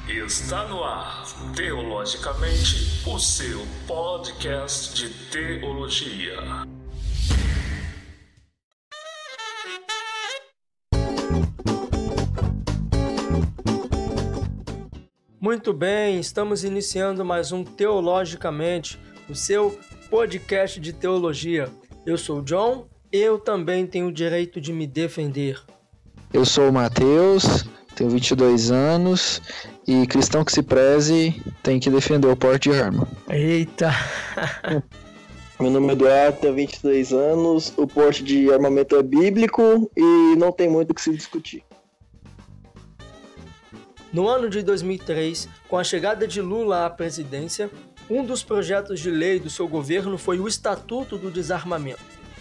Está no ar, Teologicamente, o seu podcast de teologia. Muito bem, estamos iniciando mais um Teologicamente, o seu podcast de teologia. Eu sou o John, eu também tenho o direito de me defender. Eu sou o Matheus, tenho 22 anos e cristão que se preze tem que defender o porte de arma. Eita! Meu nome é Eduardo, tenho 22 anos, o porte de armamento é bíblico e não tem muito o que se discutir. No ano de 2003, com a chegada de Lula à presidência, um dos projetos de lei do seu governo foi o Estatuto do Desarmamento.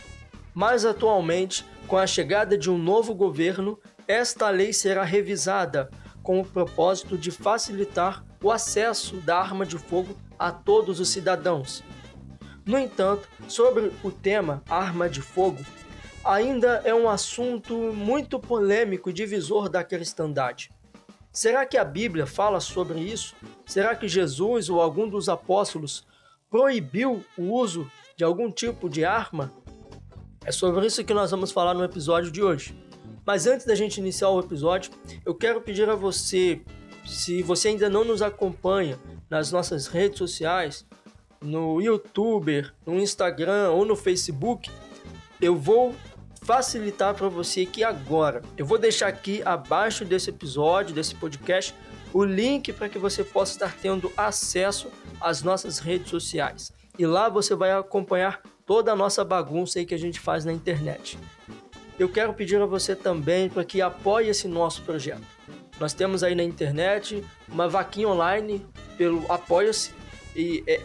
Mas atualmente, com a chegada de um novo governo, esta lei será revisada com o propósito de facilitar o acesso da arma de fogo a todos os cidadãos. No entanto, sobre o tema arma de fogo, ainda é um assunto muito polêmico e divisor da cristandade. Será que a Bíblia fala sobre isso? Será que Jesus ou algum dos apóstolos proibiu o uso de algum tipo de arma? É sobre isso que nós vamos falar no episódio de hoje. Mas antes da gente iniciar o episódio, eu quero pedir a você, se você ainda não nos acompanha nas nossas redes sociais, no YouTube, no Instagram ou no Facebook, eu vou facilitar para você aqui agora. Eu vou deixar aqui abaixo desse episódio, desse podcast, o link para que você possa estar tendo acesso às nossas redes sociais. E lá você vai acompanhar toda a nossa bagunça aí que a gente faz na internet. Eu quero pedir a você também para que apoie esse nosso projeto. Nós temos aí na internet uma vaquinha online pelo Apoia-se e é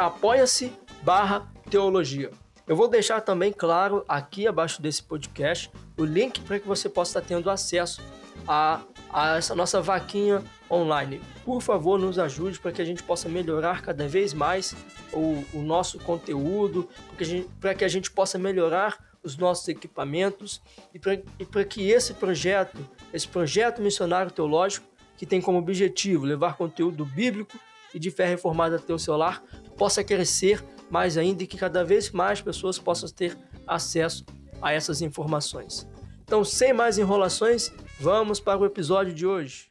apoia-se/teologia. Eu vou deixar também claro aqui abaixo desse podcast o link para que você possa estar tendo acesso a essa nossa vaquinha online. Por favor, nos ajude para que a gente possa melhorar cada vez mais o nosso conteúdo, para que a gente possa melhorar os nossos equipamentos e para que esse projeto missionário teológico, que tem como objetivo levar conteúdo bíblico e de fé reformada até o seu lar, possa crescer mais ainda e que cada vez mais pessoas possam ter acesso a essas informações. Então, sem mais enrolações, vamos para o episódio de hoje.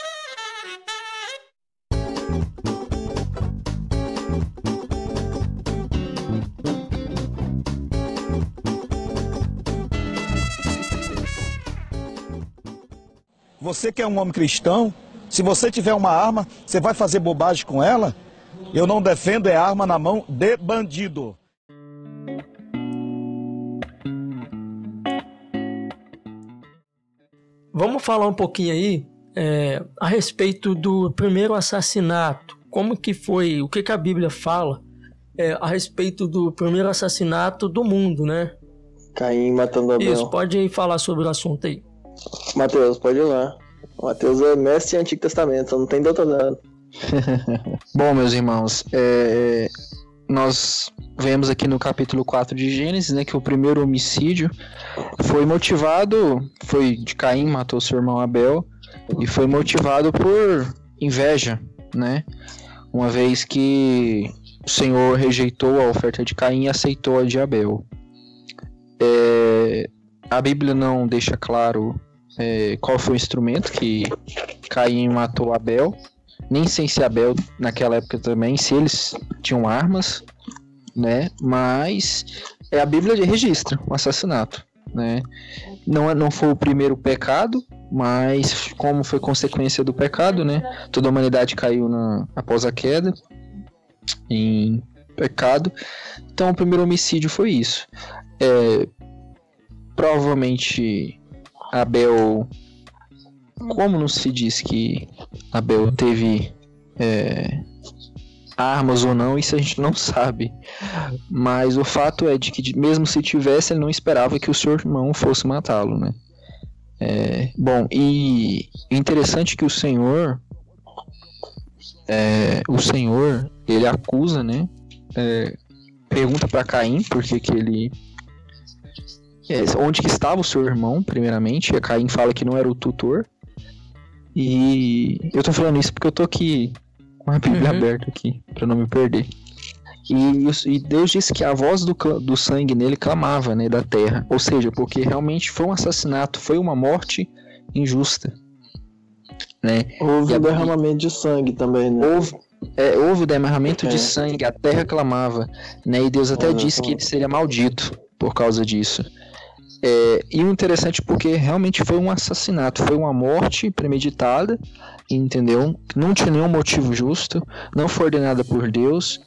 Você que é um homem cristão, se você tiver uma arma, você vai fazer bobagem com ela? Eu não defendo arma na mão de bandido. Vamos falar um pouquinho aí a respeito do primeiro assassinato. Como que foi, o que a Bíblia fala a respeito do primeiro assassinato do mundo, né? Caim matando Abel. Isso, pode falar sobre o assunto aí. Mateus, pode ir lá. O Mateus é mestre em Antigo Testamento, não tem doutorado. Bom, meus irmãos, nós vemos aqui no capítulo 4 de Gênesis, né, que o primeiro homicídio foi de Caim, matou seu irmão Abel, e foi motivado por inveja, né? Uma vez que o Senhor rejeitou a oferta de Caim e aceitou a de Abel. A Bíblia não deixa claro qual foi o instrumento que Caim matou Abel, nem sei se Abel naquela época também, se eles tinham armas, né? Mas a Bíblia registra um assassinato, né? Não foi o primeiro pecado, mas como foi consequência do pecado, né? Toda a humanidade caiu após a queda em pecado. Então o primeiro homicídio foi isso. Provavelmente Abel, como não se diz que Abel teve armas ou não, isso a gente não sabe. Mas o fato é de que mesmo se tivesse, ele não esperava que o seu irmão fosse matá-lo, né? Bom, e interessante que o Senhor, ele acusa, né? Pergunta para Caim por que ele onde que estava o seu irmão, primeiramente. A Caim fala que não era o tutor. E eu tô falando isso porque eu tô aqui com a Bíblia aberta aqui, pra não me perder. E Deus disse que a voz do sangue nele clamava, né, da terra. Ou seja, porque realmente foi um assassinato, foi uma morte injusta, né? Houve um derramamento de sangue também, né? Houve o derramamento de sangue, a terra clamava, né? E Deus até disse que ele seria maldito por causa disso. E o interessante porque realmente foi um assassinato, foi uma morte premeditada, entendeu? Não tinha nenhum motivo justo, não foi ordenada por Deus,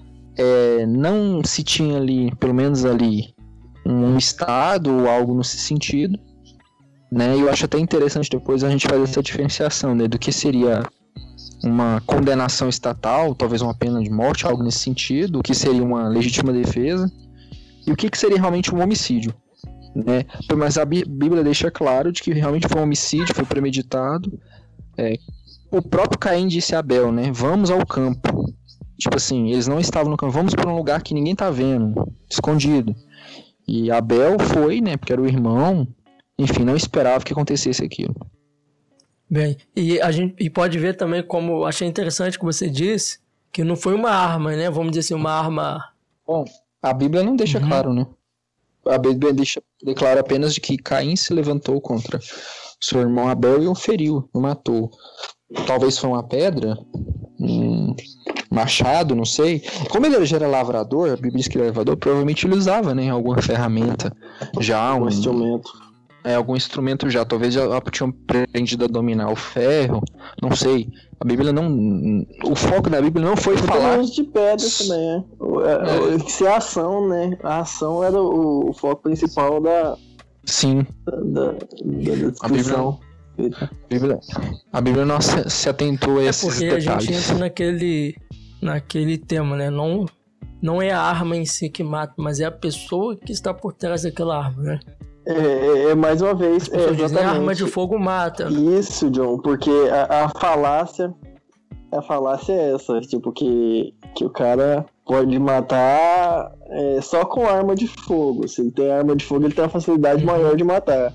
não se tinha ali, pelo menos ali, um estado ou algo nesse sentido, né? E eu acho até interessante depois a gente fazer essa diferenciação, né? Do que seria uma condenação estatal, talvez uma pena de morte, algo nesse sentido, o que seria uma legítima defesa, e o que seria realmente um homicídio, né? Mas a Bíblia deixa claro de que realmente foi um homicídio, foi premeditado. O próprio Caim disse a Abel, né? Vamos ao campo. Tipo assim, eles não estavam no campo, vamos para um lugar que ninguém tá vendo, escondido. E Abel foi, né? Porque era o irmão, enfim, não esperava que acontecesse aquilo. Bem, e pode ver também, como achei interessante que você disse, que não foi uma arma, né? Vamos dizer assim, uma arma... Bom, a Bíblia não deixa claro, né? A Bíblia declara apenas de que Caim se levantou contra seu irmão Abel e o feriu, o matou. Talvez foi uma pedra, machado, não sei. Como ele já era lavrador, a Bíblia diz que ele era lavrador, provavelmente ele usava, né, alguma ferramenta, já um instrumento. Algum instrumento já, talvez já tinham aprendido a dominar o ferro, não sei. A Bíblia não... O foco da Bíblia não foi falar... de pedra também, Se a ação, né? A ação era o foco principal da... Sim. Da descrição. A Bíblia não se atentou a esses detalhes. Porque a gente entra naquele tema, né? Não é a arma em si que mata, mas é a pessoa que está por trás daquela arma, né? Mais uma vez, exatamente. A arma de fogo mata. Isso, John, porque a falácia é essa, tipo, que o cara pode matar só com arma de fogo. Se ele tem arma de fogo, ele tem uma facilidade maior de matar.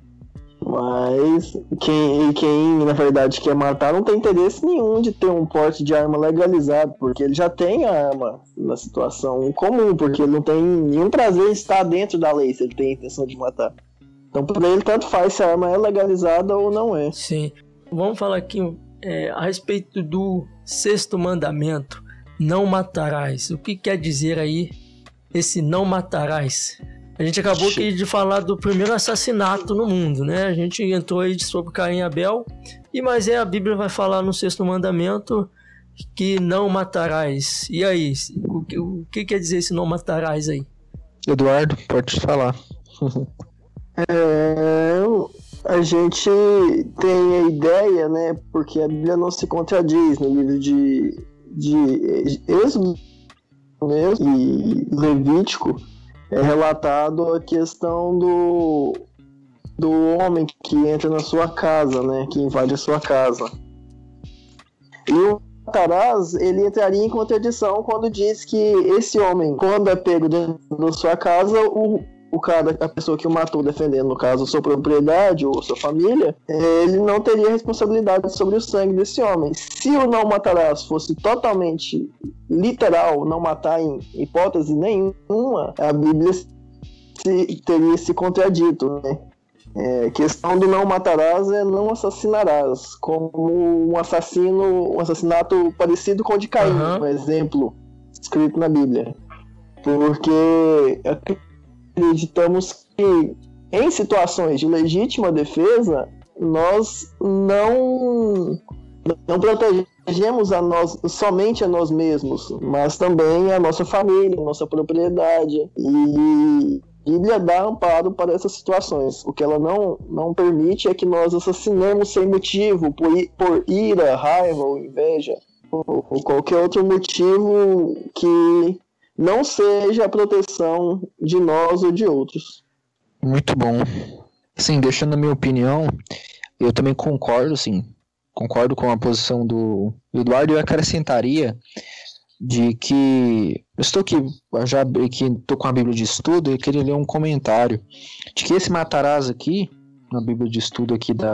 Mas quem na verdade quer matar não tem interesse nenhum de ter um porte de arma legalizado, porque ele já tem a arma na situação comum, porque ele não tem nenhum prazer em estar dentro da lei se ele tem a intenção de matar. Então pra ele tanto faz se a arma é legalizada ou não é. Sim. Vamos falar aqui a respeito do 6º mandamento, não matarás. O que quer dizer aí esse não matarás? A gente acabou aqui de falar do primeiro assassinato no mundo, né? A gente entrou aí sobre Caim e Abel, mas a Bíblia vai falar no 6º mandamento que não matarás. E aí, o que quer dizer esse não matarás aí? Eduardo, pode falar. A gente tem a ideia, né? Porque a Bíblia não se contradiz no livro de Êxodo e Levítico. É relatado a questão do homem que entra na sua casa, né? Que invade a sua casa. E o matarás, ele entraria em contradição quando diz que esse homem, quando é pego dentro da sua casa, o cara, a pessoa que o matou defendendo, no caso, sua propriedade ou sua família, ele não teria responsabilidade sobre o sangue desse homem. Se o não matarás fosse totalmente literal, não matar em hipótese nenhuma, a Bíblia teria se contradito, né? Questão do não matarás é não assassinarás, como um assassinato parecido com o de Caim, um exemplo escrito na Bíblia. Porque acreditamos que em situações de legítima defesa nós não protegemos somente a nós mesmos, mas também a nossa família, a nossa propriedade, e a Bíblia dá amparo para essas situações. O que ela não permite é que nós assassinemos sem motivo, por ira, raiva ou inveja, ou qualquer outro motivo que não seja a proteção de nós ou de outros. Muito bom. Sim, deixando a minha opinião, eu também concordo com a posição do Eduardo, e eu acrescentaria de que eu estou aqui, já que estou com a Bíblia de estudo, eu queria ler um comentário de que esse matarás aqui, na Bíblia de estudo aqui da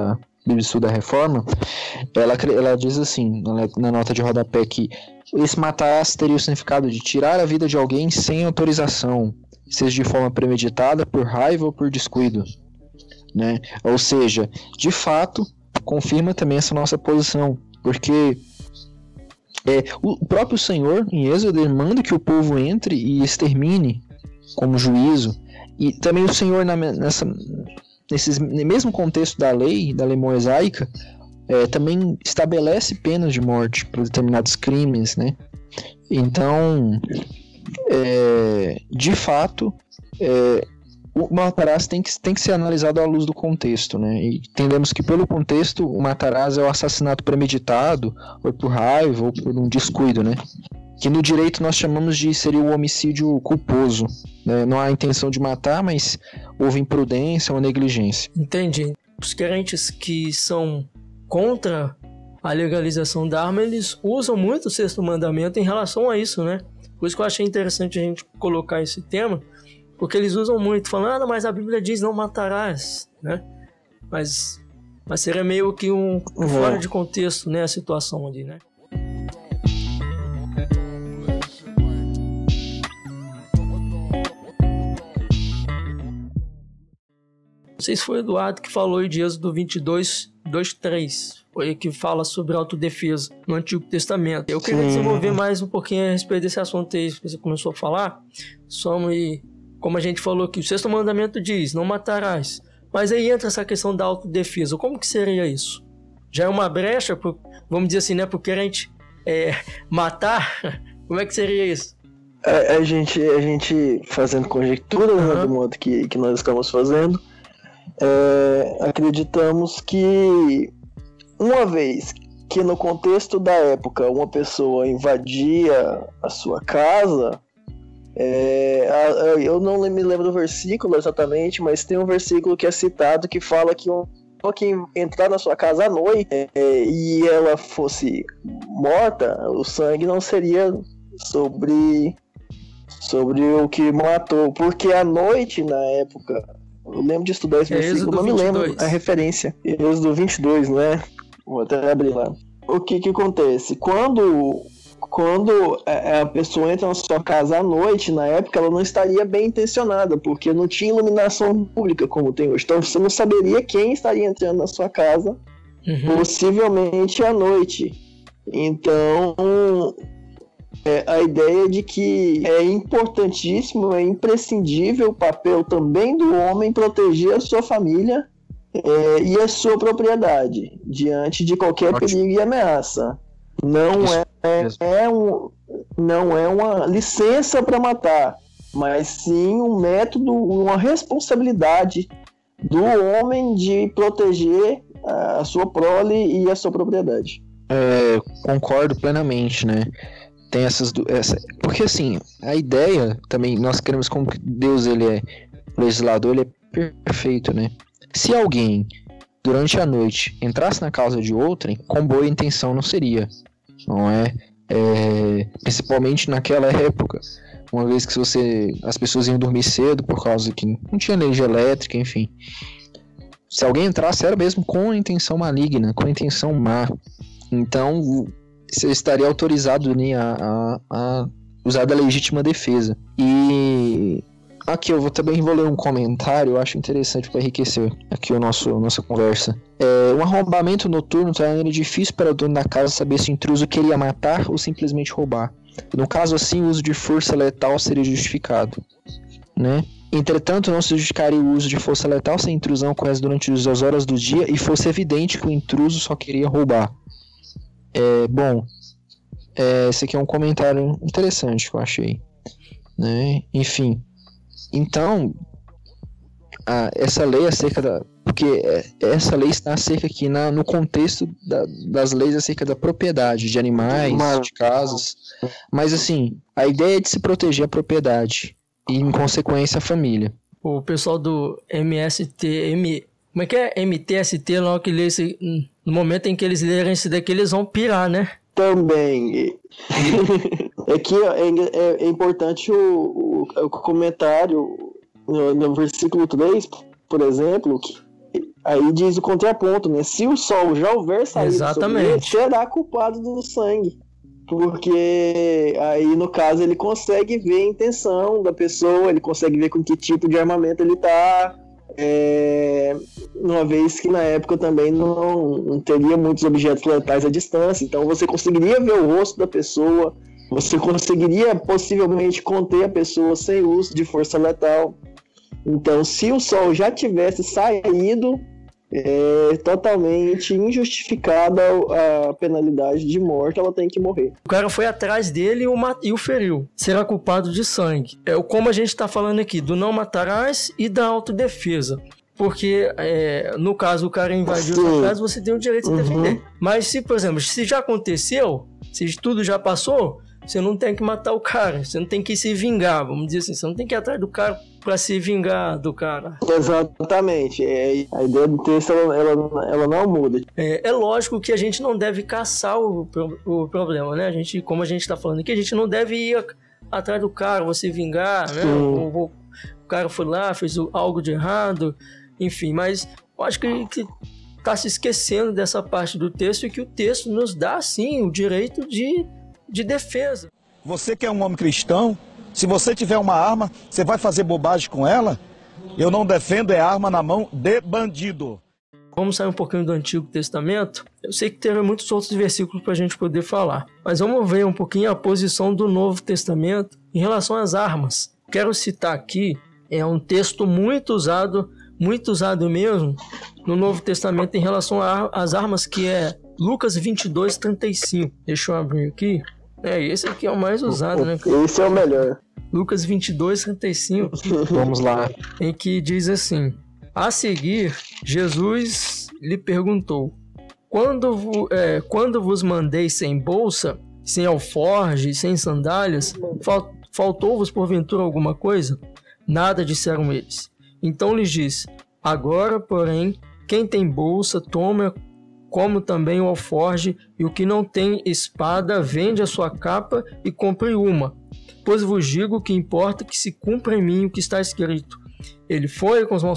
Bíblia Estudo da Reforma, ela diz assim, na nota de rodapé, que esse matar teria o significado de tirar a vida de alguém sem autorização, seja de forma premeditada, por raiva ou por descuido, né? Ou seja, de fato, confirma também essa nossa posição, porque o próprio Senhor, em Êxodo, ele manda que o povo entre e extermine como juízo, e também o Senhor, no mesmo contexto da lei mosaica, também estabelece penas de morte por determinados crimes, né? Então, de fato, o Matarazzo tem que ser analisado à luz do contexto, né? E entendemos que pelo contexto o Matarazzo é o assassinato premeditado, ou por raiva, ou por um descuido, né? Que no direito nós chamamos seria o homicídio culposo, né? Não há intenção de matar, mas houve imprudência ou negligência. Entendi. Os crentes que são contra a legalização da arma, eles usam muito o Sexto Mandamento em relação a isso, né? Por isso que eu achei interessante a gente colocar esse tema, porque eles usam muito, falando, mas a Bíblia diz não matarás, né? Mas seria meio que fora de contexto, né, a situação ali, né? Não sei se foi o Eduardo que falou de Êxodo 22, 2-3. Foi que fala sobre autodefesa no Antigo Testamento. Eu queria desenvolver mais um pouquinho a respeito desse assunto aí que você começou a falar. Como a gente falou aqui, o Sexto Mandamento diz, não matarás. Mas aí entra essa questão da autodefesa. Como que seria isso? Já é uma brecha, vamos dizer assim, né, pro crente matar? Como é que seria isso? A gente fazendo conjecturas, né, do modo que nós estamos fazendo, acreditamos que uma vez que no contexto da época uma pessoa invadia a sua casa, eu não me lembro do versículo exatamente, mas tem um versículo que é citado que fala que quem entrar na sua casa à noite e ela fosse morta, o sangue não seria sobre o que matou, porque à noite na época, eu lembro de estudar esse versículo, não me lembro a referência, Êxodo 22, né? Vou até abrir lá. O que acontece? Quando a pessoa entra na sua casa à noite, na época, ela não estaria bem intencionada, porque não tinha iluminação pública como tem hoje. Então você não saberia quem estaria entrando na sua casa, possivelmente à noite. Então, a ideia de que é importantíssimo, é imprescindível o papel também do homem proteger a sua família e a sua propriedade diante de qualquer perigo e ameaça. Não é uma licença para matar, mas sim um método, uma responsabilidade do homem de proteger a sua prole e a sua propriedade. Concordo plenamente, né? Tem porque assim, a ideia também, nós queremos, como Deus ele é legislador, ele é perfeito, né? Se alguém durante a noite entrasse na casa de outrem, com boa intenção não seria, não é? Principalmente naquela época, uma vez que as pessoas iam dormir cedo por causa que não tinha energia elétrica, enfim. Se alguém entrasse era mesmo com a intenção maligna, com a intenção má. Então você estaria autorizado, né, a usar da legítima defesa. E aqui eu também vou ler um comentário, eu acho interessante para enriquecer aqui nossa conversa. Um arrombamento noturno torna difícil para o dono da casa saber se o intruso queria matar ou simplesmente roubar. No caso assim, o uso de força letal seria justificado, né? Entretanto, não se justificaria o uso de força letal se a intrusão ocorresse durante as horas do dia e fosse evidente que o intruso só queria roubar. Esse aqui é um comentário interessante que eu achei, né? Enfim, então essa lei acerca porque essa lei está acerca aqui no contexto das leis acerca da propriedade de animais, de casas, mas assim, a ideia é de se proteger a propriedade e em consequência a família. O pessoal do como é que é? MTST, logo que lê esse, no momento em que eles lerem isso daqui, eles vão pirar, né? Também. É que é importante o comentário no versículo 3, por exemplo, que aí diz o contraponto, né? Se o sol já houver saído sobre ele, será culpado do sangue. Porque aí, no caso, ele consegue ver a intenção da pessoa, ele consegue ver com que tipo de armamento ele tá, uma vez que na época também não teria muitos objetos letais à distância, então você conseguiria ver o rosto da pessoa, você conseguiria possivelmente conter a pessoa sem uso de força letal. Então, se o sol já tivesse saído, é totalmente injustificada a penalidade de morte, ela tem que morrer. O cara foi atrás dele e o feriu. Será culpado de sangue. Como a gente está falando aqui, do não matarás e da autodefesa. Porque, no caso, o cara invadiu sua casa, você tem o direito de se defender. Mas se, por exemplo, se já aconteceu, se tudo já passou, você não tem que matar o cara, você não tem que se vingar, vamos dizer assim, você não tem que ir atrás do cara para se vingar do cara. Exatamente, a ideia do texto ela não muda. É lógico que a gente não deve caçar o problema, né? Como a gente está falando aqui, a gente não deve ir atrás do cara, se vingar, né? O cara foi lá, fez algo de errado, enfim, mas eu acho que está se esquecendo dessa parte do texto e que o texto nos dá, sim, o direito de defesa. Você que é um homem cristão, se você tiver uma arma, você vai fazer bobagem com ela? Eu não defendo arma na mão de bandido. Vamos sair um pouquinho do Antigo Testamento. Eu sei que terá muitos outros versículos para a gente poder falar, mas vamos ver um pouquinho a posição do Novo Testamento em relação às armas. Quero citar aqui, um texto muito usado mesmo no Novo Testamento em relação às armas, que é Lucas 22:35. Deixa eu abrir aqui. Esse aqui é o mais usado, né? Esse é o melhor. Lucas 22:35. Vamos lá. Em que diz assim: a seguir, Jesus lhe perguntou: quando vos mandei sem bolsa, sem alforge, sem sandálias, faltou-vos porventura alguma coisa? Nada, disseram eles. Então lhes disse: agora, porém, quem tem bolsa, toma, como também o alforge, e o que não tem espada, vende a sua capa e compre uma. Pois vos digo que importa que se cumpra em mim o que está escrito. Ele foi com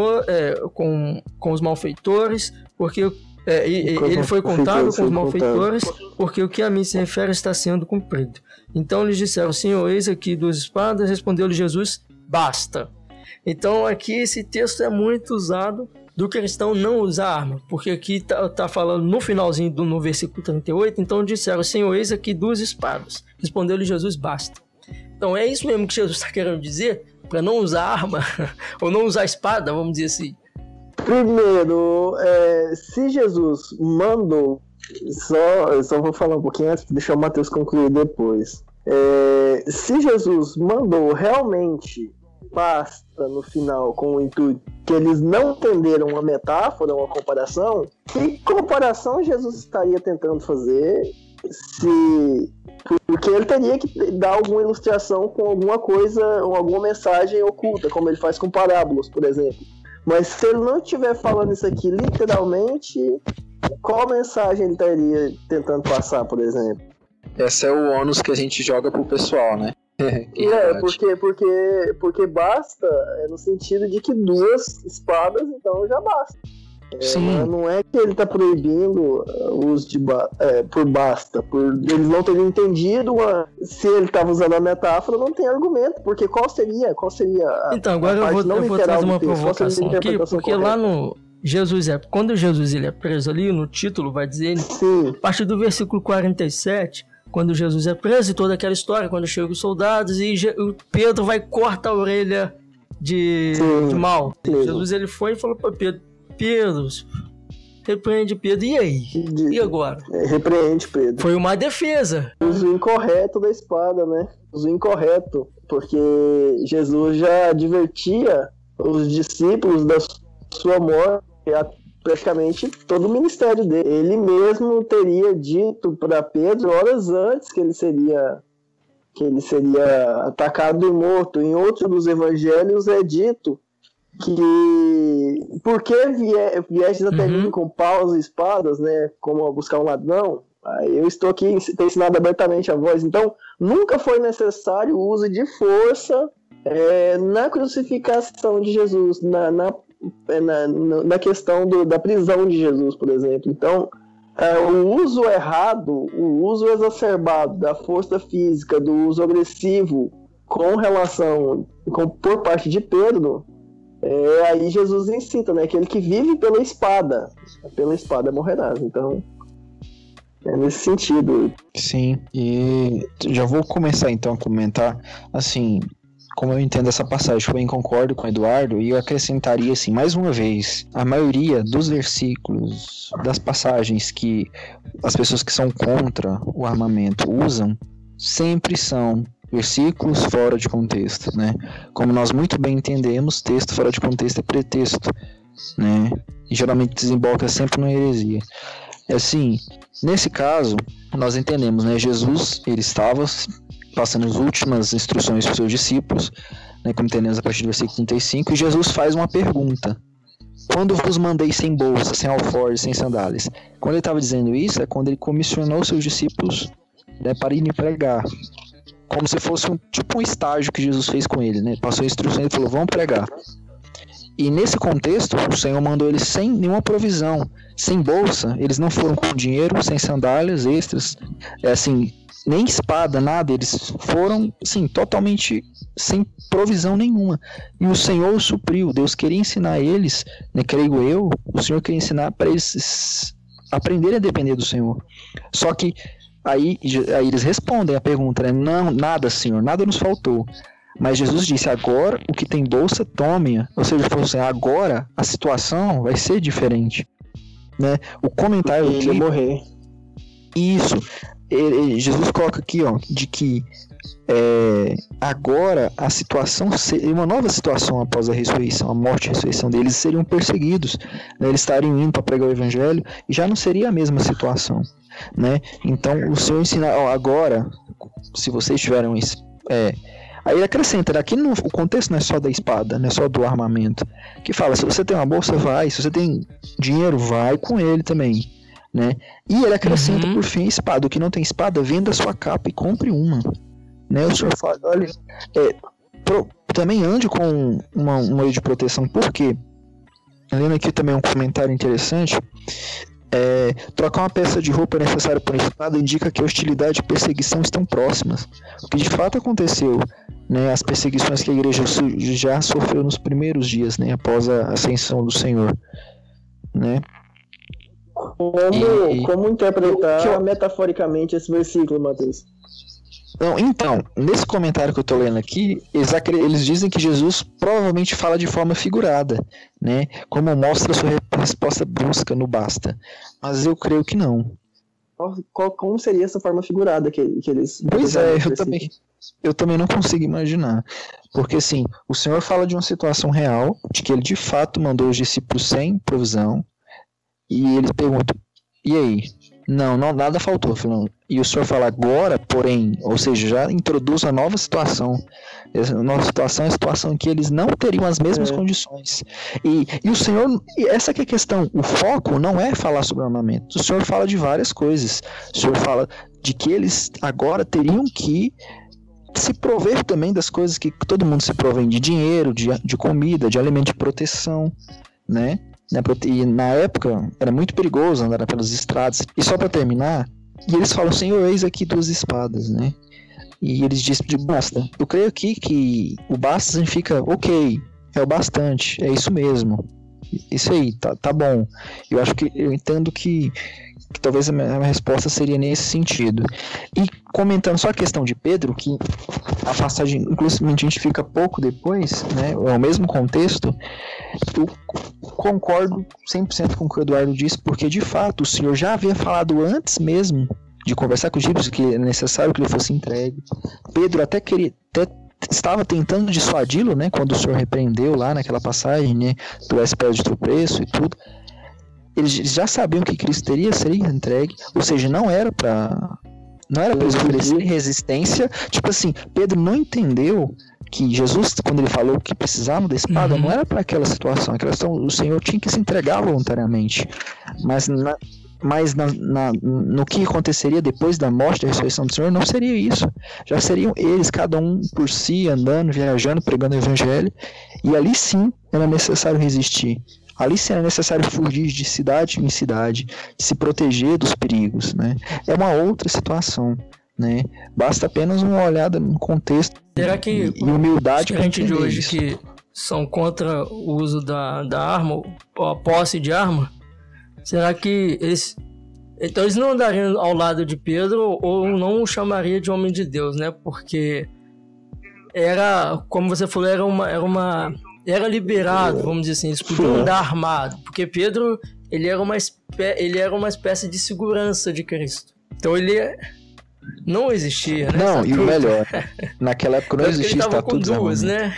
os malfeitores, porque ele foi contado com os malfeitores, porque o que a mim se refere está sendo cumprido. Então lhes disseram: Senhor, eis aqui 2 espadas. Respondeu-lhe Jesus: basta. Então aqui esse texto é muito usado do cristão não usar arma, porque aqui tá falando no finalzinho no versículo 38, então disseram: Senhor, eis aqui 2 espadas. Respondeu-lhe Jesus: basta. Então é isso mesmo que Jesus está querendo dizer, para não usar arma, ou não usar espada, vamos dizer assim. Primeiro, se Jesus mandou, só vou falar um pouquinho antes, deixar o Mateus concluir depois. Se Jesus mandou realmente basta no final com o intuito que eles não entenderam uma metáfora, uma comparação, que comparação Jesus estaria tentando fazer? Porque ele teria que dar alguma ilustração com alguma coisa ou alguma mensagem oculta, como ele faz com parábolas, por exemplo. Mas se ele não estiver falando isso aqui literalmente, qual mensagem ele estaria tentando passar, por exemplo? Esse é o ônus que a gente joga pro pessoal, né? Porque basta no sentido de que 2 espadas, então já basta. Não é que ele está proibindo o uso por basta, por eles não terem entendido se ele estava usando a metáfora, não tem argumento, porque qual seria então agora eu vou trazer uma provocação aqui, porque lá no quando Jesus ele é preso ali, no título vai dizer, a partir do versículo 47, quando Jesus é preso e toda aquela história, quando chegam os soldados e Pedro vai cortar a orelha de Mal. Jesus ele foi e falou para Pedro, repreende Pedro, e aí? E agora? Repreende Pedro. Foi uma defesa. Uso incorreto da espada, né? Uso incorreto, porque Jesus já advertia os discípulos da sua morte, praticamente todo o ministério dele. Ele mesmo teria dito para Pedro horas antes que ele seria atacado e morto. Em outro dos evangelhos é dito que por que viestes até mim com paus e espadas, né, como buscar um ladrão? Eu estou aqui, tenho ensinado abertamente a vós. Então nunca foi necessário o uso de força na crucificação de Jesus, na na questão da prisão de Jesus, por exemplo. Então, o uso errado, o uso exacerbado da força física, do uso agressivo por parte de Pedro, aí Jesus incita, né? Aquele que vive pela espada morrerás. Então, é nesse sentido. Sim, e já vou começar então a comentar, assim, como eu entendo essa passagem. Eu bem concordo com o Eduardo, e eu acrescentaria, assim, mais uma vez, a maioria dos versículos, das passagens que as pessoas que são contra o armamento usam, sempre são versículos fora de contexto, né? Como nós muito bem entendemos, texto fora de contexto é pretexto, né? E geralmente desemboca sempre numa heresia. Assim, nesse caso, nós entendemos, né? Jesus, ele estava passando as últimas instruções para os seus discípulos, né? Como entendemos a partir do versículo 35, e Jesus faz uma pergunta: quando vos mandei sem bolsa, sem alforjes, sem sandálias? Quando ele estava dizendo isso, é quando ele comissionou seus discípulos, né, para irem pregar. Como se fosse um estágio que Jesus fez com ele, né? Passou a instrução e falou: vamos pregar. E nesse contexto, o Senhor mandou eles sem nenhuma provisão, sem bolsa. Eles não foram com dinheiro, sem sandálias extras, assim, nem espada, nada. Eles foram, assim, totalmente sem provisão nenhuma. E o Senhor os supriu. Deus queria ensinar eles, né, creio eu, o Senhor queria ensinar para eles aprenderem a depender do Senhor. Só que aí eles respondem a pergunta, né? Não, nada, Senhor, nada nos faltou. Mas Jesus disse: agora o que tem bolsa, tome-a. Ou seja, assim, agora a situação vai ser diferente, né? O comentário ele aqui, morrer. Isso, Jesus coloca aqui, ó, de que agora a situação seria uma nova situação após a ressurreição, a morte e a ressurreição deles. Seriam perseguidos, né? Eles estariam indo para pregar o evangelho e já não seria a mesma situação, né? Então o Senhor ensina: ó, agora, se vocês tiverem aí ele acrescenta, aqui o contexto não é só da espada, não é só do armamento, que fala: se você tem uma bolsa, vai; se você tem dinheiro, vai com ele também, né? E ele acrescenta, por fim, a espada. O que não tem espada, venda a sua capa e compre uma, né? O Senhor fala: olha, também ande com um meio de proteção. Por quê? Lendo aqui também um comentário interessante. Trocar uma peça de roupa necessária por espada indica que a hostilidade e perseguição estão próximas. O que de fato aconteceu, né, as perseguições que a igreja já sofreu nos primeiros dias, né, após a ascensão do Senhor, né? Como interpretar metaforicamente esse versículo, Matheus? Então, nesse comentário que eu estou lendo aqui, eles dizem que Jesus provavelmente fala de forma figurada, né? Como mostra sua resposta brusca no basta. Mas eu creio que não. Como seria essa forma figurada que eles... Pois é, eu também não consigo imaginar. Porque, assim, o Senhor fala de uma situação real, de que ele de fato mandou os discípulos sem provisão, e eles perguntam: e aí? Não, nada faltou, falando. E o Senhor fala: agora, porém, ou seja, já introduz a nova situação. Essa nova situação é a situação em que eles não teriam as mesmas condições. E o Senhor, essa que é a questão, o foco não é falar sobre armamento. O Senhor fala de várias coisas. O Senhor fala de que eles agora teriam que se prover também das coisas que todo mundo se provém, de dinheiro, de comida, de alimento de proteção, né? E na época era muito perigoso andar pelas estradas. E só para terminar, e eles falam: Senhor, eis aqui 2 espadas, né? E eles dizem de basta. Eu creio aqui que o basta significa ok, é o bastante, é isso mesmo. Isso aí, tá bom. Eu entendo que talvez a minha resposta seria nesse sentido. E comentando só a questão de Pedro, que a passagem, inclusive, a gente fica pouco depois, né? É o mesmo contexto. Eu concordo 100% com o que o Eduardo disse, porque de fato o Senhor já havia falado antes mesmo de conversar com os discípulos que é necessário que ele fosse entregue. Pedro até estava tentando dissuadi-lo, né, quando o Senhor repreendeu lá naquela passagem, né, tu és pedra de teu preço e tudo. Eles já sabiam que Cristo seria entregue, ou seja, não era para eles oferecerem resistência. Tipo assim, Pedro não entendeu que Jesus, quando ele falou que precisava da espada, não era para aquela situação. O Senhor tinha que se entregar voluntariamente. Mas no que aconteceria depois da morte e da ressurreição do Senhor, não seria isso. Já seriam eles, cada um por si, andando, viajando, pregando o evangelho. E ali sim, era necessário resistir. Ali sim era necessário fugir de cidade em cidade, se proteger dos perigos, né? É uma outra situação, né? Basta apenas uma olhada no contexto. Será que e humildade para gente de entender hoje isso. que são contra o uso da arma, ou a posse de arma, será que eles não andariam ao lado de Pedro ou não o chamaria de homem de Deus, né? Porque era, como você falou, era liberado, vamos dizer assim, eles podiam andar armado, porque Pedro, ele era uma espécie de segurança de Cristo. Então ele não existia, né? Não, e o melhor, naquela época não existia estatuto de duas, né?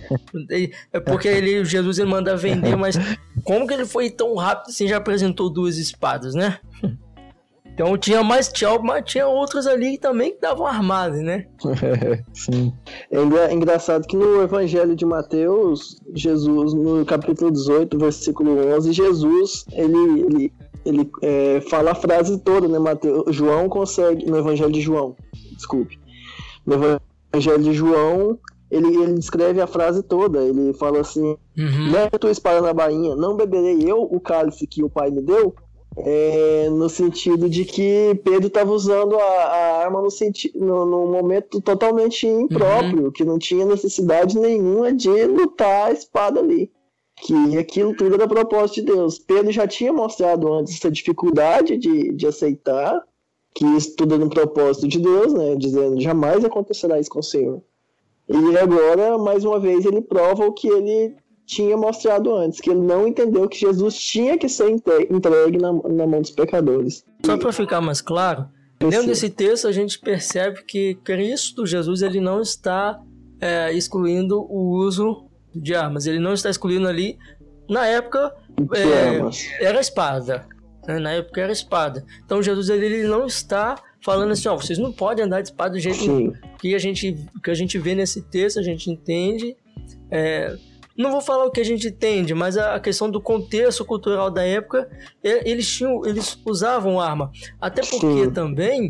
É porque Jesus ele manda vender, mas como que ele foi tão rápido assim, já apresentou 2 espadas, né? Então tinha outros ali também que estavam armados, né? Sim. É engraçado que no Evangelho de Mateus, Jesus, no capítulo 18, versículo 11, Jesus, ele fala a frase toda, né? João consegue, no Evangelho de João, desculpe. No Evangelho de João, ele descreve a frase toda, ele fala assim, leva tua espada na bainha, não beberei eu o cálice que o Pai me deu? No sentido de que Pedro estava usando a arma no momento totalmente impróprio, que não tinha necessidade nenhuma de lutar a espada ali, que aquilo tudo era propósito de Deus. Pedro já tinha mostrado antes essa dificuldade de aceitar que isso tudo era um propósito de Deus, né, dizendo jamais acontecerá isso com o Senhor. E agora, mais uma vez, ele prova o que ele tinha mostrado antes, que ele não entendeu que Jesus tinha que ser entregue na mão dos pecadores. Só para ficar mais claro, dentro desse texto a gente percebe que Cristo, Jesus, ele não está excluindo o uso de armas, ele não está excluindo ali, na época era espada, né? Na época era espada, então Jesus ele não está falando assim, vocês não podem andar de espada do jeito que a gente vê nesse texto, a gente entende, não vou falar o que a gente entende, mas a questão do contexto cultural da época, eles usavam arma. Até porque também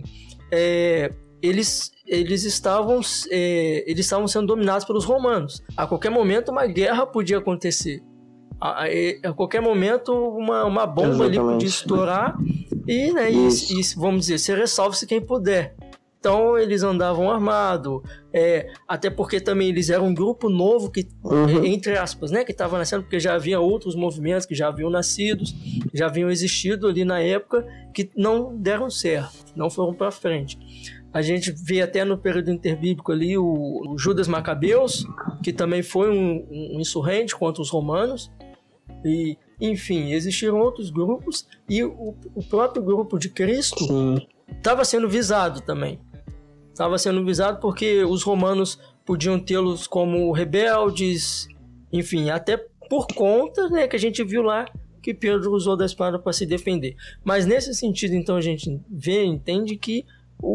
eles estavam sendo dominados pelos romanos. A qualquer momento uma guerra podia acontecer. A qualquer momento uma bomba ali podia estourar e vamos dizer, se ressalve-se quem puder. Então eles andavam armados, até porque também eles eram um grupo novo, que, entre aspas, né, que estava nascendo, porque já havia outros movimentos que já haviam nascido, já haviam existido ali na época, que não deram certo, não foram para frente. A gente vê até no período interbíblico ali o Judas Macabeus, que também foi um insurrente contra os romanos, e enfim, existiram outros grupos, e o próprio grupo de Cristo estava sendo visado também. Estava sendo visado porque os romanos podiam tê-los como rebeldes, enfim, até por conta, né, que a gente viu lá que Pedro usou da espada para se defender. Mas nesse sentido, então, a gente entende que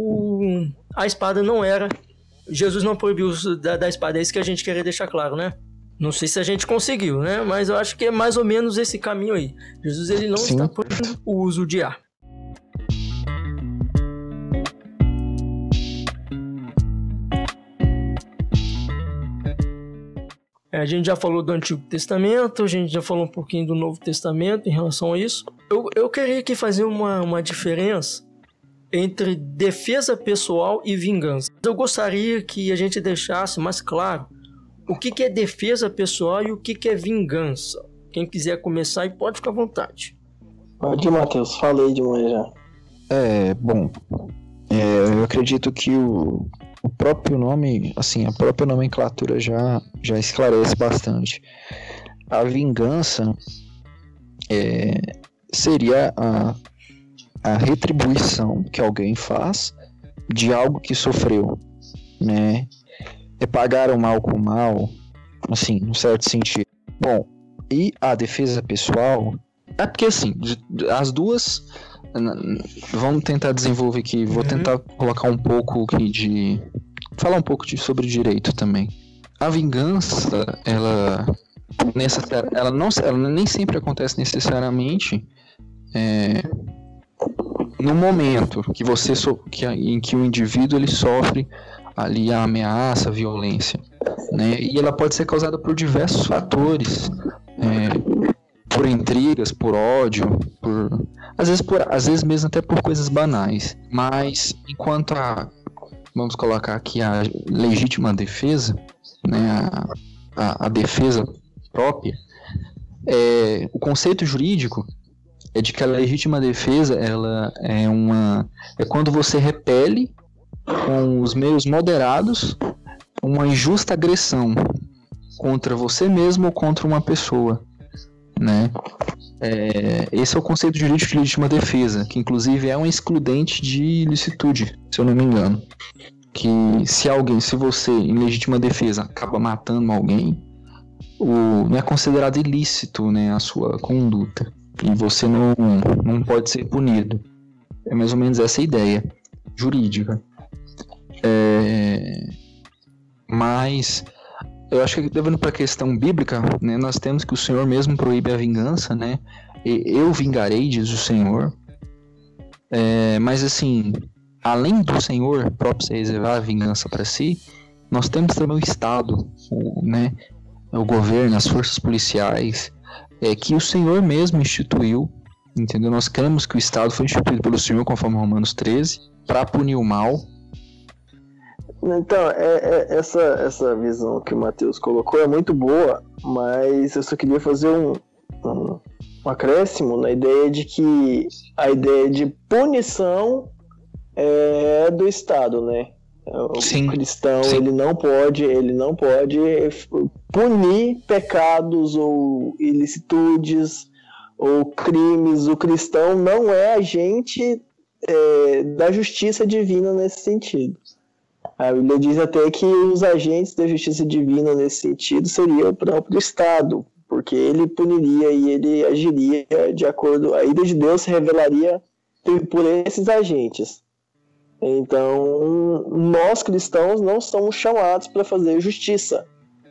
a espada não era... Jesus não proibiu o uso da espada, é isso que a gente queria deixar claro, né? Não sei se a gente conseguiu, né? Mas eu acho que é mais ou menos esse caminho aí. Jesus ele não está proibindo o uso de arma. A gente já falou do Antigo Testamento, a gente já falou um pouquinho do Novo Testamento em relação a isso. Eu queria aqui fazer uma diferença entre defesa pessoal e vingança. Eu gostaria que a gente deixasse mais claro o que é defesa pessoal e o que é vingança. Quem quiser começar aí pode ficar à vontade. Pode, Matheus, falei demais já. Eu acredito que o próprio nome, assim, a própria nomenclatura já esclarece bastante. A vingança seria a retribuição que alguém faz de algo que sofreu, né? É pagar o mal com o mal, assim, num certo sentido. Bom, e a defesa pessoal, porque assim, as duas, vamos tentar desenvolver aqui, vou tentar colocar um pouco aqui falar um pouco sobre direito também. A vingança, ela nem sempre acontece necessariamente no momento em que o indivíduo ele sofre ali a ameaça, a violência. né? E ela pode ser causada por diversos fatores, por intrigas, por ódio, às vezes mesmo até por coisas banais. Mas enquanto vamos colocar aqui a legítima defesa, né, a defesa própria, o conceito jurídico é de que a legítima defesa ela é quando você repele com os meios moderados uma injusta agressão contra você mesmo ou contra uma pessoa, né? Esse é o conceito jurídico de legítima defesa, que inclusive é um excludente de ilicitude, se eu não me engano. Que se você, em legítima defesa, acaba matando alguém, não é considerado ilícito, né, a sua conduta. E você não pode ser punido. É mais ou menos essa a ideia jurídica. Mas eu acho que, levando para a questão bíblica, né, nós temos que o Senhor mesmo proíbe a vingança, né? Eu vingarei, diz o Senhor. Mas assim, além do Senhor próprio se reservar a vingança para si, nós temos também o Estado, né? O governo, as forças policiais, que o Senhor mesmo instituiu, entendeu? Nós cremos que o Estado foi instituído pelo Senhor, conforme Romanos 13, para punir o mal. Então, essa visão que o Matheus colocou é muito boa, mas eu só queria fazer um acréscimo na ideia de que a ideia de punição é do Estado, né? Sim, o cristão, sim. ele não pode punir pecados ou ilicitudes ou crimes. O cristão não é agente da justiça divina nesse sentido. A Bíblia diz até que os agentes da justiça divina nesse sentido seria o próprio Estado, porque ele puniria e ele agiria de acordo... A ira de Deus se revelaria por esses agentes. Então, nós cristãos não somos chamados para fazer justiça.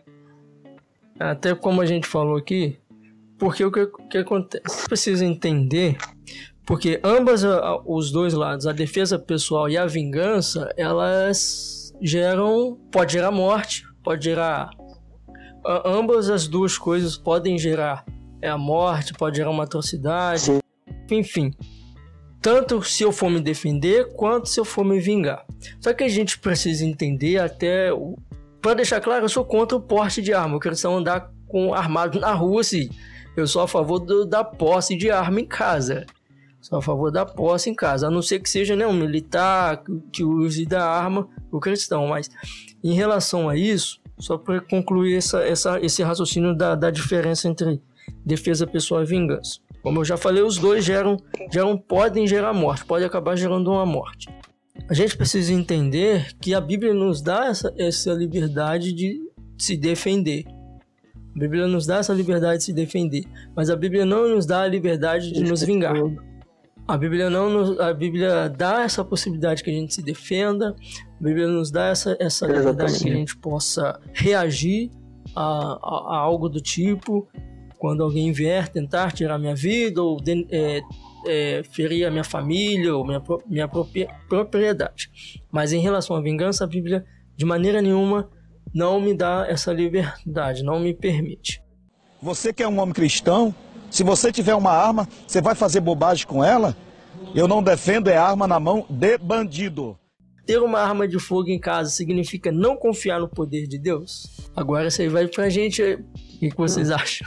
Até como a gente falou aqui, porque o que acontece? Você precisa entender, porque ambas, os dois lados, a defesa pessoal e a vingança, elas pode gerar morte, pode gerar... Ambas as duas coisas podem gerar a morte, pode gerar uma atrocidade, sim. Enfim. Tanto se eu for me defender, quanto se eu for me vingar. Só que a gente precisa entender até... Para deixar claro, eu sou contra o porte de arma. Eu quero andar armado na rua, sim. Eu sou a favor da posse de arma em casa. Sou a favor da posse em casa. A não ser que seja um militar que use da arma, o cristão. Mas em relação a isso, só para concluir esse raciocínio da diferença entre defesa pessoal e vingança. Como eu já falei, os dois podem gerar morte, pode acabar gerando uma morte. A gente precisa entender que a Bíblia nos dá essa liberdade de se defender. A Bíblia nos dá essa liberdade de se defender, mas a Bíblia não nos dá a liberdade de nos vingar. A Bíblia dá essa possibilidade que a gente se defenda. A Bíblia nos dá essa liberdade que a gente possa reagir a algo do tipo, quando alguém vier tentar tirar minha vida ou ferir a minha família ou minha propriedade. Mas em relação à vingança, a Bíblia de maneira nenhuma não me dá essa liberdade, não me permite. Você que é um homem cristão, se você tiver uma arma, você vai fazer bobagem com ela? Eu não defendo arma na mão de bandido. Ter uma arma de fogo em casa significa não confiar no poder de Deus? Agora isso aí vai pra gente. O que vocês acham?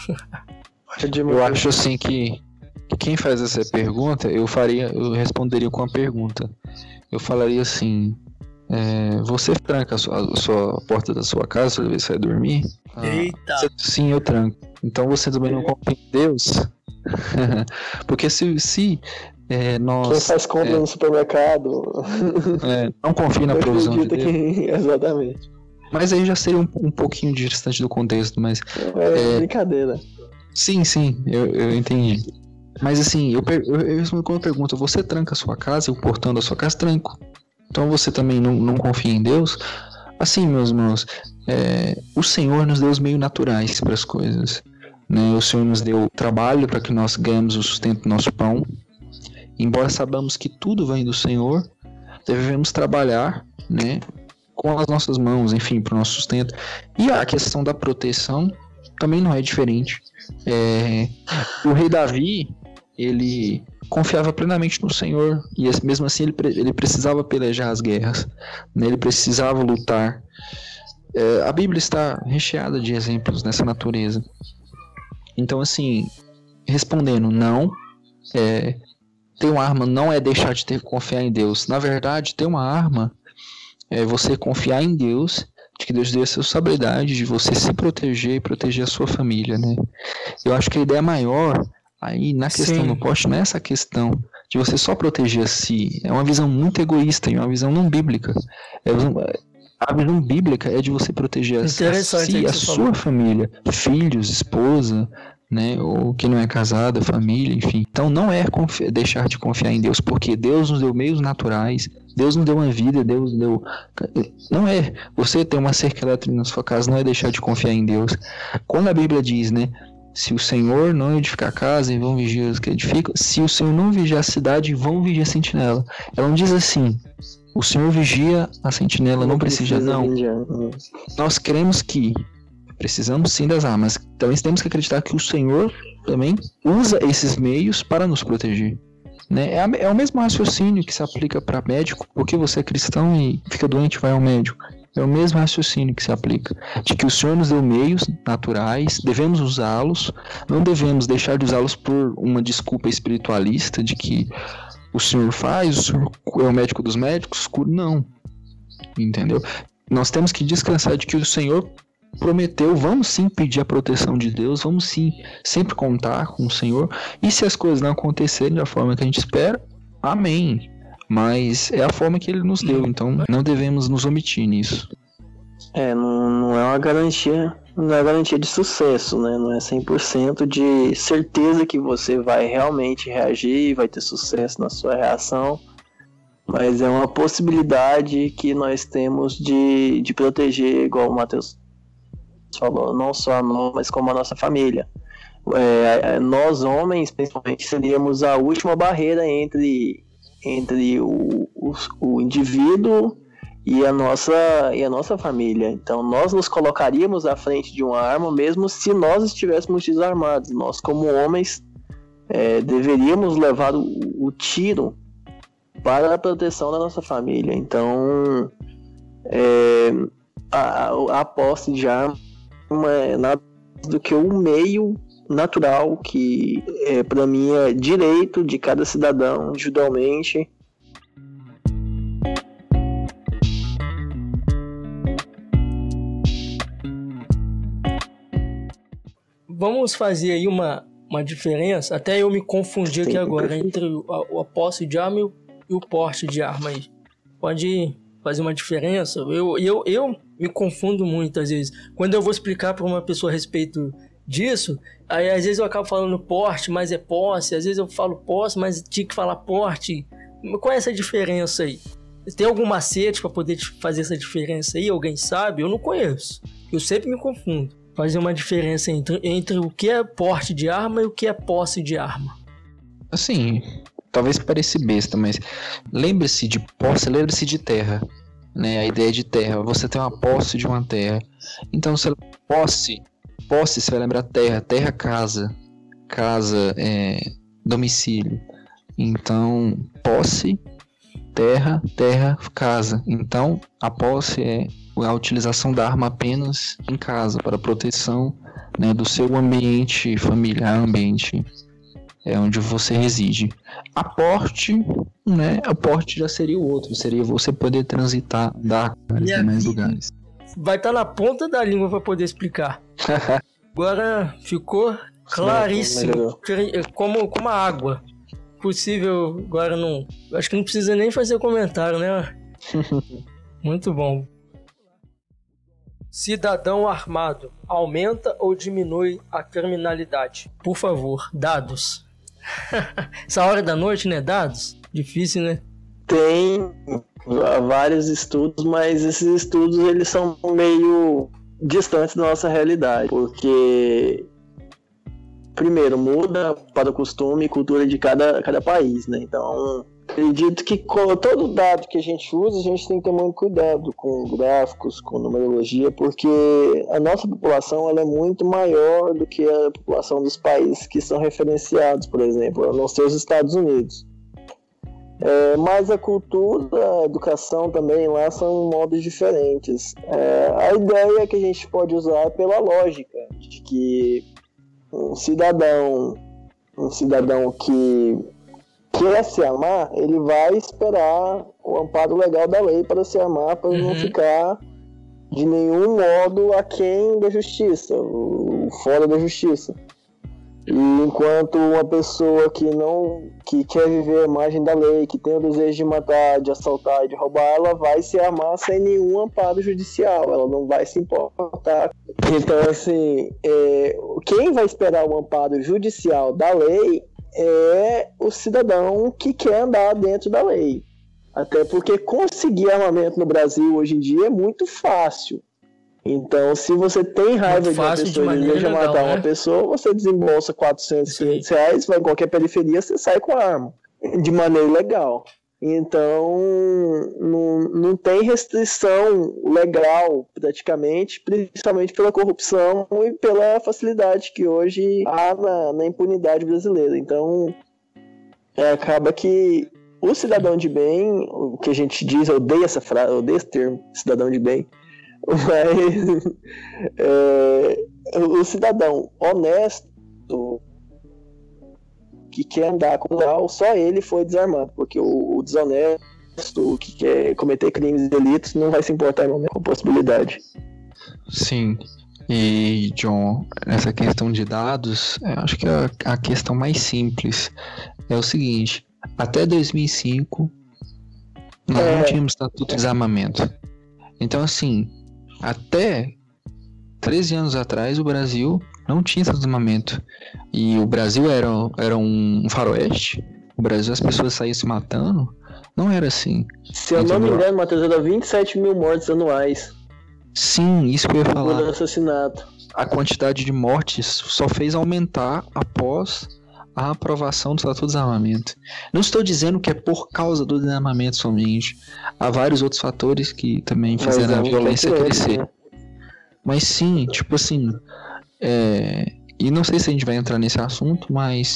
Eu acho assim que quem faz essa pergunta, eu responderia com uma pergunta. Eu falaria assim: você tranca a porta da sua casa toda vez que vai dormir? Eita! Sim, eu tranco. Então você também não confia em Deus? Porque se nós... Quem faz compra no supermercado... não confia na provisão de Deus. Exatamente. Mas aí já seria um pouquinho distante do contexto, mas... brincadeira. Sim, eu entendi. Mas assim, eu respondo com uma pergunta: você tranca a sua casa e o portão da sua casa? Tranco. Então você também não confia em Deus? Assim, meus irmãos, o Senhor nos deu os meios naturais para as coisas, né? O Senhor nos deu trabalho para que nós ganhemos o sustento do nosso pão. Embora saibamos que tudo vem do Senhor, devemos trabalhar, né, com as nossas mãos, enfim, para o nosso sustento. E a questão da proteção também não é diferente. O rei Davi, ele confiava plenamente no Senhor, e mesmo assim ele precisava pelejar as guerras, né? Ele precisava lutar. A Bíblia está recheada de exemplos dessa natureza. Então, assim, respondendo, não, ter uma arma não é deixar de ter que confiar em Deus. Na verdade, ter uma arma é você confiar em Deus, de que Deus deu a responsabilidade de você se proteger e proteger a sua família, né? Eu acho que a ideia maior aí na questão do porte não é essa questão de você só proteger a si. É uma visão muito egoísta e uma visão não bíblica. A visão bíblica é de você proteger a si, a sua família, filhos, esposa, né, ou quem não é casado, família, enfim. Então não é deixar de confiar em Deus, porque Deus nos deu meios naturais, Deus nos deu uma vida, Deus deu... Não é você ter uma cerca elétrica na sua casa, não é deixar de confiar em Deus. Quando a Bíblia diz, né, se o Senhor não edificar a casa, vão vigiar os que edificam. Se o Senhor não vigiar a cidade, vão vigiar a sentinela. Ela não diz assim, o Senhor vigia a sentinela, não precisa não. Nós cremos que precisamos sim das armas. Também temos que acreditar que o Senhor também usa esses meios para nos proteger. Né? É o mesmo raciocínio que se aplica para médico. Porque você é cristão e fica doente, vai ao médico. É o mesmo raciocínio que se aplica. De que o Senhor nos deu meios naturais, devemos usá-los, não devemos deixar de usá-los por uma desculpa espiritualista de que o Senhor faz, o Senhor é o médico dos médicos, não. Entendeu? Nós temos que descansar de que o Senhor prometeu, vamos sim pedir a proteção de Deus, vamos sim sempre contar com o Senhor, e se as coisas não acontecerem da forma que a gente espera, amém. Mas é a forma que Ele nos deu, então não devemos nos omitir nisso. Não é uma garantia, não é garantia de sucesso, né? Não é 100% de certeza que você vai realmente reagir e vai ter sucesso na sua reação, mas é uma possibilidade que nós temos de proteger, igual o Matheus falou, não só a nós, mas como a nossa família. Nós homens, principalmente, seríamos a última barreira entre o indivíduo e a nossa família. Então nós nos colocaríamos à frente de uma arma mesmo se nós estivéssemos desarmados. Nós, como homens, deveríamos levar o tiro para a proteção da nossa família. Então a posse de arma é nada do que um meio natural que para mim é direito de cada cidadão individualmente. Vamos fazer aí uma diferença, até eu me confundi aqui agora, entre a posse de arma e o porte de arma aí. Pode fazer uma diferença? Eu me confundo muitas vezes. Quando eu vou explicar para uma pessoa a respeito disso, aí às vezes eu acabo falando porte, mas é posse, às vezes eu falo posse, mas tinha que falar porte. Qual é essa diferença aí? Tem algum macete para poder fazer essa diferença aí? Alguém sabe? Eu não conheço. Eu sempre me confundo. Fazer uma diferença entre o que é porte de arma e o que é posse de arma. Assim, talvez pareça besta, mas lembre-se de posse, lembre-se de terra, né? A ideia de terra, você tem uma posse de uma terra. Então, se posse, você vai lembrar terra, casa domicílio. Então, posse, terra, casa. Então, a posse é a utilização da arma apenas em casa, para proteção, né, do seu ambiente familiar, ambiente onde você reside. A porte, né, a porte já seria o outro, seria você poder transitar, dar em mais lugares. Vai estar na ponta da língua para poder explicar. Agora ficou claríssimo, como a água. Possível, agora não... Acho que não precisa nem fazer comentário, né? Muito bom. Cidadão armado, aumenta ou diminui a criminalidade? Por favor, dados. Essa hora da noite, né? Dados? Difícil, né? Tem vários estudos, mas esses estudos eles são meio distantes da nossa realidade, porque primeiro muda para o costume e cultura de cada país, né? Então Acredito que com todo dado que a gente usa, a gente tem que ter muito cuidado com gráficos, com numerologia, porque a nossa população ela é muito maior do que a população dos países que são referenciados, por exemplo, a não ser os Estados Unidos. Mas a cultura, a educação também lá são modos diferentes. A ideia que a gente pode usar é pela lógica, de que um cidadão que quer se armar, ele vai esperar o amparo legal da lei para se armar, para não ficar de nenhum modo aquém da justiça, fora da justiça. E enquanto uma pessoa que quer viver a margem da lei, que tem o desejo de matar, de assaltar e de roubar, ela vai se armar sem nenhum amparo judicial, ela não vai se importar. Então, assim, quem vai esperar o amparo judicial da lei é o cidadão que quer andar dentro da lei. Até porque conseguir armamento no Brasil hoje em dia é muito fácil. Então, se você tem raiva de uma pessoa e deseja matar uma pessoa, você desembolsa 400, 500 reais, vai em qualquer periferia, você sai com a arma. De maneira legal. Então, não tem restrição legal, praticamente, principalmente pela corrupção e pela facilidade que hoje há na impunidade brasileira. Então, acaba que o cidadão de bem, o que a gente diz, eu odeio essa frase, eu odeio esse termo, cidadão de bem, mas o cidadão honesto que quer andar com o real, só ele foi desarmado, porque o desonesto, o que quer cometer crimes e delitos, não vai se importar com a possibilidade. Sim, e John, essa questão de dados, eu acho que a questão mais simples é o seguinte: até 2005 nós não tínhamos estatuto de desarmamento. Então, assim, até 13 anos atrás o Brasil não tinha esse desarmamento. E o Brasil era um faroeste. O Brasil, as pessoas saíam se matando. Não era assim. Se eu não me engano, Matheus, era 27 mil mortes anuais. Sim, isso que eu ia falar. Por assassinato. A quantidade de mortes só fez aumentar após a aprovação do Estatuto de Desarmamento. Não estou dizendo que é por causa do desarmamento somente. Há vários outros fatores que também fizeram a violência crescer. Né? Mas sim, tipo assim... E não sei se a gente vai entrar nesse assunto, mas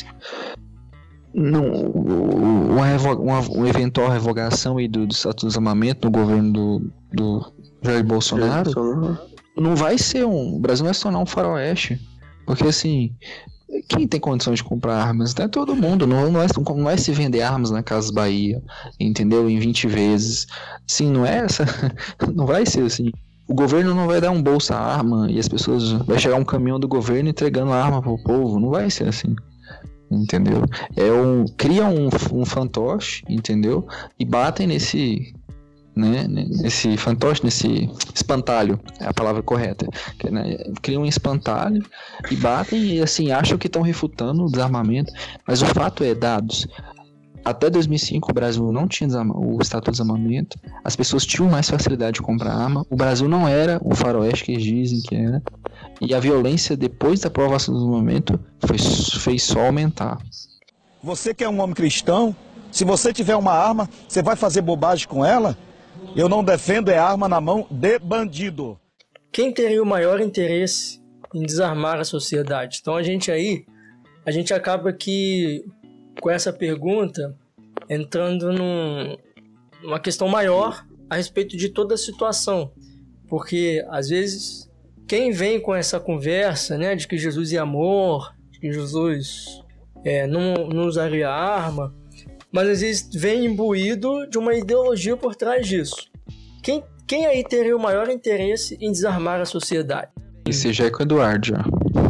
uma eventual revogação aí do Estatuto de Desarmamento no governo do Jair Bolsonaro não vai ser o Brasil não vai se tornar um faroeste, porque assim, quem tem condições de comprar armas? Não é todo mundo, não é se vender armas na Casas Bahia, entendeu? Em 20 vezes, sim, não é essa, não vai ser assim. O governo não vai dar um bolsa-arma e as pessoas... Vai chegar um caminhão do governo entregando a arma pro povo. Não vai ser assim. Entendeu? Cria um fantoche, entendeu? E batem nesse... Né? Nesse fantoche, nesse espantalho. É a palavra correta. Né? Criam um espantalho e batem e assim, acham que estão refutando o desarmamento. Mas o fato é, dados... Até 2005 o Brasil não tinha o Estatuto de Desarmamento, as pessoas tinham mais facilidade de comprar arma, o Brasil não era o faroeste que eles dizem que era, e a violência depois da aprovação do desarmamento fez só aumentar. Você que é um homem cristão, se você tiver uma arma, você vai fazer bobagem com ela? Eu não defendo arma na mão de bandido. Quem teria o maior interesse em desarmar a sociedade? Então a gente acaba que com essa pergunta, entrando numa questão maior a respeito de toda a situação. Porque, às vezes, quem vem com essa conversa, né, de que Jesus é amor, de que Jesus não usaria arma, mas às vezes vem imbuído de uma ideologia por trás disso. Quem aí teria o maior interesse em desarmar a sociedade? Esse já é com o Eduardo, já.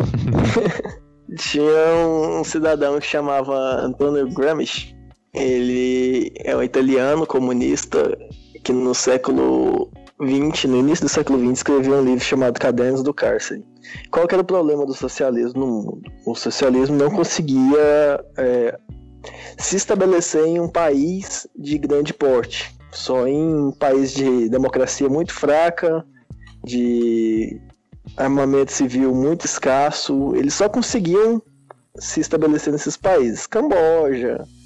Tinha um cidadão que chamava Antonio Gramsci. Ele é um italiano comunista que no século XX, no início do século XX, escreveu um livro chamado Cadernos do Cárcere. Qual que era o problema do socialismo no mundo? O socialismo não conseguia se estabelecer em um país de grande porte. Só em um país de democracia muito fraca, de armamento civil muito escasso, eles só conseguiam se estabelecer nesses países. Camboja,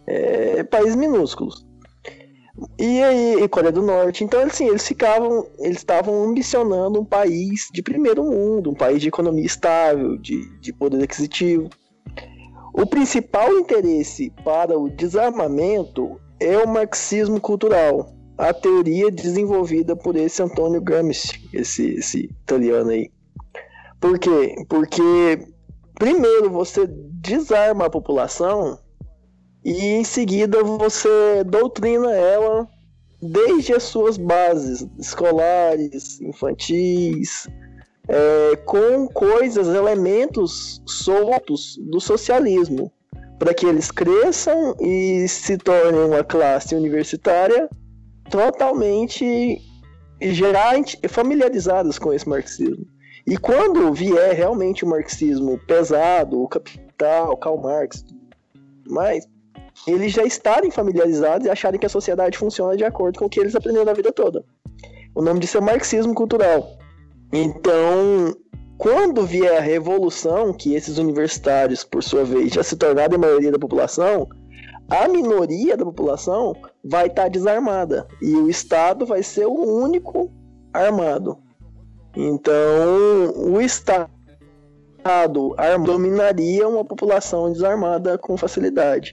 países minúsculos. E aí, Coreia do Norte. Então, assim, eles estavam ambicionando um país de primeiro mundo, um país de economia estável, de poder aquisitivo. O principal interesse para o desarmamento é o marxismo cultural, a teoria desenvolvida por esse Antônio Gramsci, esse italiano aí. Por quê? Porque, primeiro, você desarma a população e em seguida você doutrina ela desde as suas bases escolares, infantis, com coisas, elementos soltos do socialismo, para que eles cresçam e se tornem uma classe universitária totalmente familiarizadas com esse marxismo. E quando vier realmente o marxismo pesado, o Capital, Karl Marx, mais, eles já estarem familiarizados e acharem que a sociedade funciona de acordo com o que eles aprenderam na vida toda. O nome disso é marxismo cultural. Então, quando vier a revolução, que esses universitários, por sua vez, já se tornarem a maioria da população, a minoria da população vai estar desarmada e o Estado vai ser o único armado. Então, o Estado dominaria uma população desarmada com facilidade.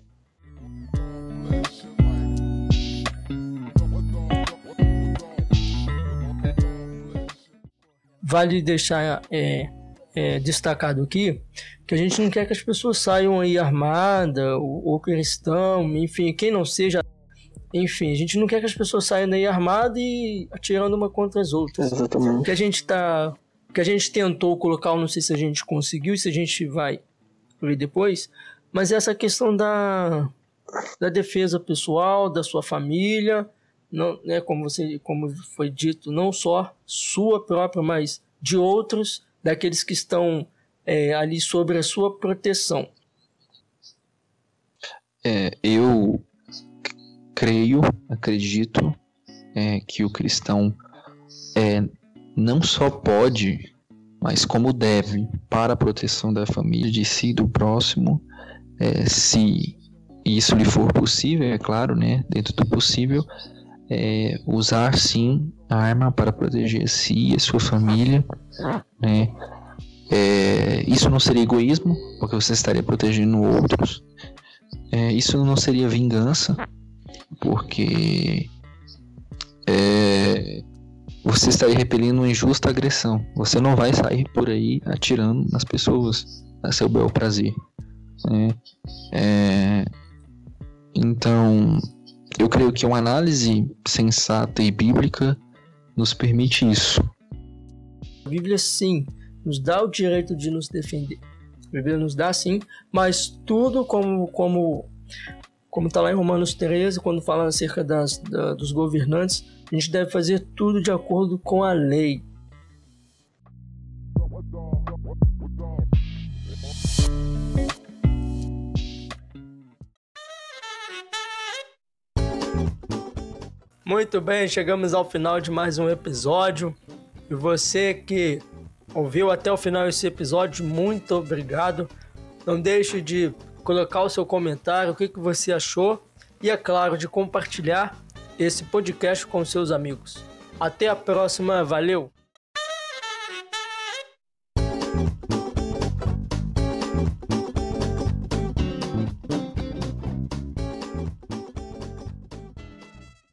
Vale deixar destacado aqui que a gente não quer que as pessoas saiam aí armadas ou cristão, enfim, quem não seja, enfim, a gente não quer que as pessoas saiam aí armadas e atirando uma contra as outras. Exatamente. O que a gente tentou colocar, eu não sei se a gente conseguiu, se a gente vai ver depois, mas essa questão da defesa pessoal, da sua família, não, né, como foi dito, não só sua própria, mas de outros, daqueles que estão ali sobre a sua proteção. Eu acredito que o cristão não só pode, mas como deve, para a proteção da família, de si e do próximo, se isso lhe for possível, é claro, né, dentro do possível, usar sim a arma para proteger si e a sua família, né? Isso não seria egoísmo, porque você estaria protegendo outros. Isso não seria vingança, porque você estaria repelindo uma injusta agressão. Você não vai sair por aí atirando nas pessoas a seu bel prazer, né? Então, eu creio que uma análise sensata e bíblica nos permite isso. A Bíblia, sim, nos dá o direito de nos defender. A Bíblia nos dá, sim, mas tudo como está lá em Romanos 13, quando fala acerca dos governantes, a gente deve fazer tudo de acordo com a lei. Muito bem, chegamos ao final de mais um episódio. E você que ouviu até o final esse episódio, muito obrigado. Não deixe de colocar o seu comentário, o que você achou. E, é claro, de compartilhar esse podcast com seus amigos. Até a próxima, valeu!